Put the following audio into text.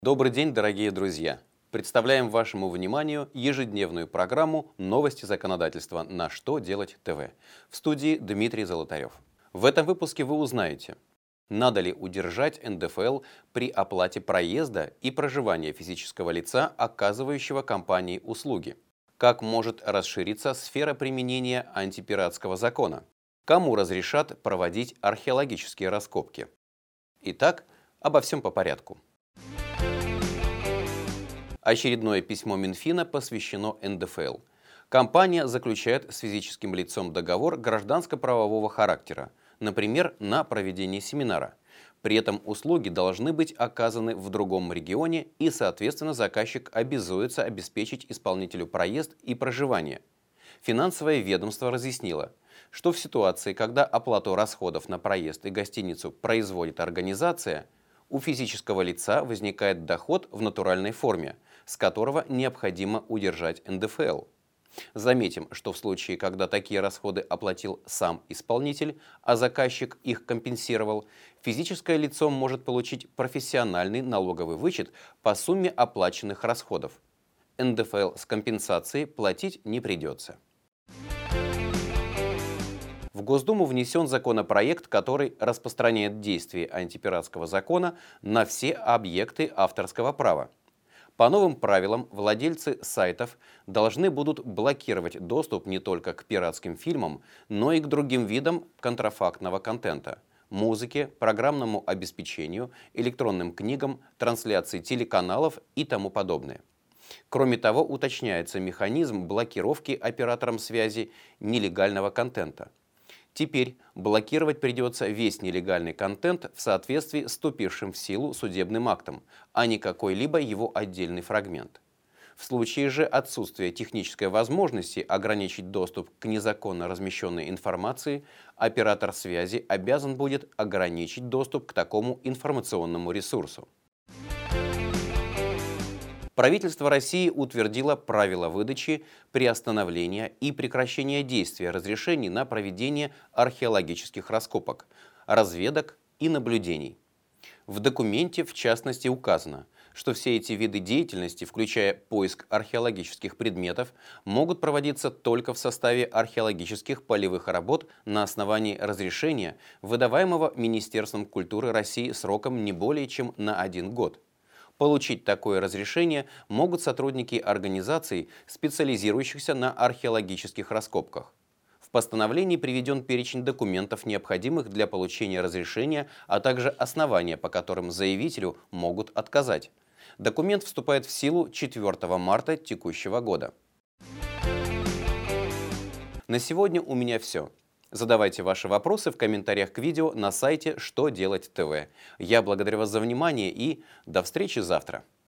Добрый день, дорогие друзья! Представляем вашему вниманию ежедневную программу «Новости законодательства. На что делать ТВ». В студии Дмитрий Золотарев. В этом выпуске вы узнаете, надо ли удержать НДФЛ при оплате проезда и проживания физического лица, оказывающего компании услуги, как может расшириться сфера применения антипиратского закона, кому разрешат проводить археологические раскопки. Итак, обо всем по порядку. Очередное письмо Минфина посвящено НДФЛ. Компания заключает с физическим лицом договор гражданско-правового характера, например, на проведение семинара. При этом услуги должны быть оказаны в другом регионе и, соответственно, заказчик обязуется обеспечить исполнителю проезд и проживание. Финансовое ведомство разъяснило, что в ситуации, когда оплату расходов на проезд и гостиницу производит организация, у физического лица возникает доход в натуральной форме, с которого необходимо удержать НДФЛ. Заметим, что в случае, когда такие расходы оплатил сам исполнитель, а заказчик их компенсировал, физическое лицо может получить профессиональный налоговый вычет по сумме оплаченных расходов. НДФЛ с компенсацией платить не придется. В Госдуму внесен законопроект, который распространяет действие антипиратского закона на все объекты авторского права. По новым правилам владельцы сайтов должны будут блокировать доступ не только к пиратским фильмам, но и к другим видам контрафактного контента – музыке, программному обеспечению, электронным книгам, трансляции телеканалов и тому подобное. Кроме того, уточняется механизм блокировки оператором связи нелегального контента. Теперь блокировать придется весь нелегальный контент в соответствии с вступившим в силу судебным актом, а не какой-либо его отдельный фрагмент. В случае же отсутствия технической возможности ограничить доступ к незаконно размещенной информации, оператор связи обязан будет ограничить доступ к такому информационному ресурсу. Правительство России утвердило правила выдачи, приостановления и прекращения действия разрешений на проведение археологических раскопок, разведок и наблюдений. В документе, в частности, указано, что все эти виды деятельности, включая поиск археологических предметов, могут проводиться только в составе археологических полевых работ на основании разрешения, выдаваемого Министерством культуры России сроком не более чем на 1 год. Получить такое разрешение могут сотрудники организаций, специализирующихся на археологических раскопках. В постановлении приведен перечень документов, необходимых для получения разрешения, а также основания, по которым заявителю могут отказать. Документ вступает в силу 4 марта текущего года. На сегодня у меня все. Задавайте ваши вопросы в комментариях к видео на сайте «Что делать ТВ». Я благодарю вас за внимание и до встречи завтра.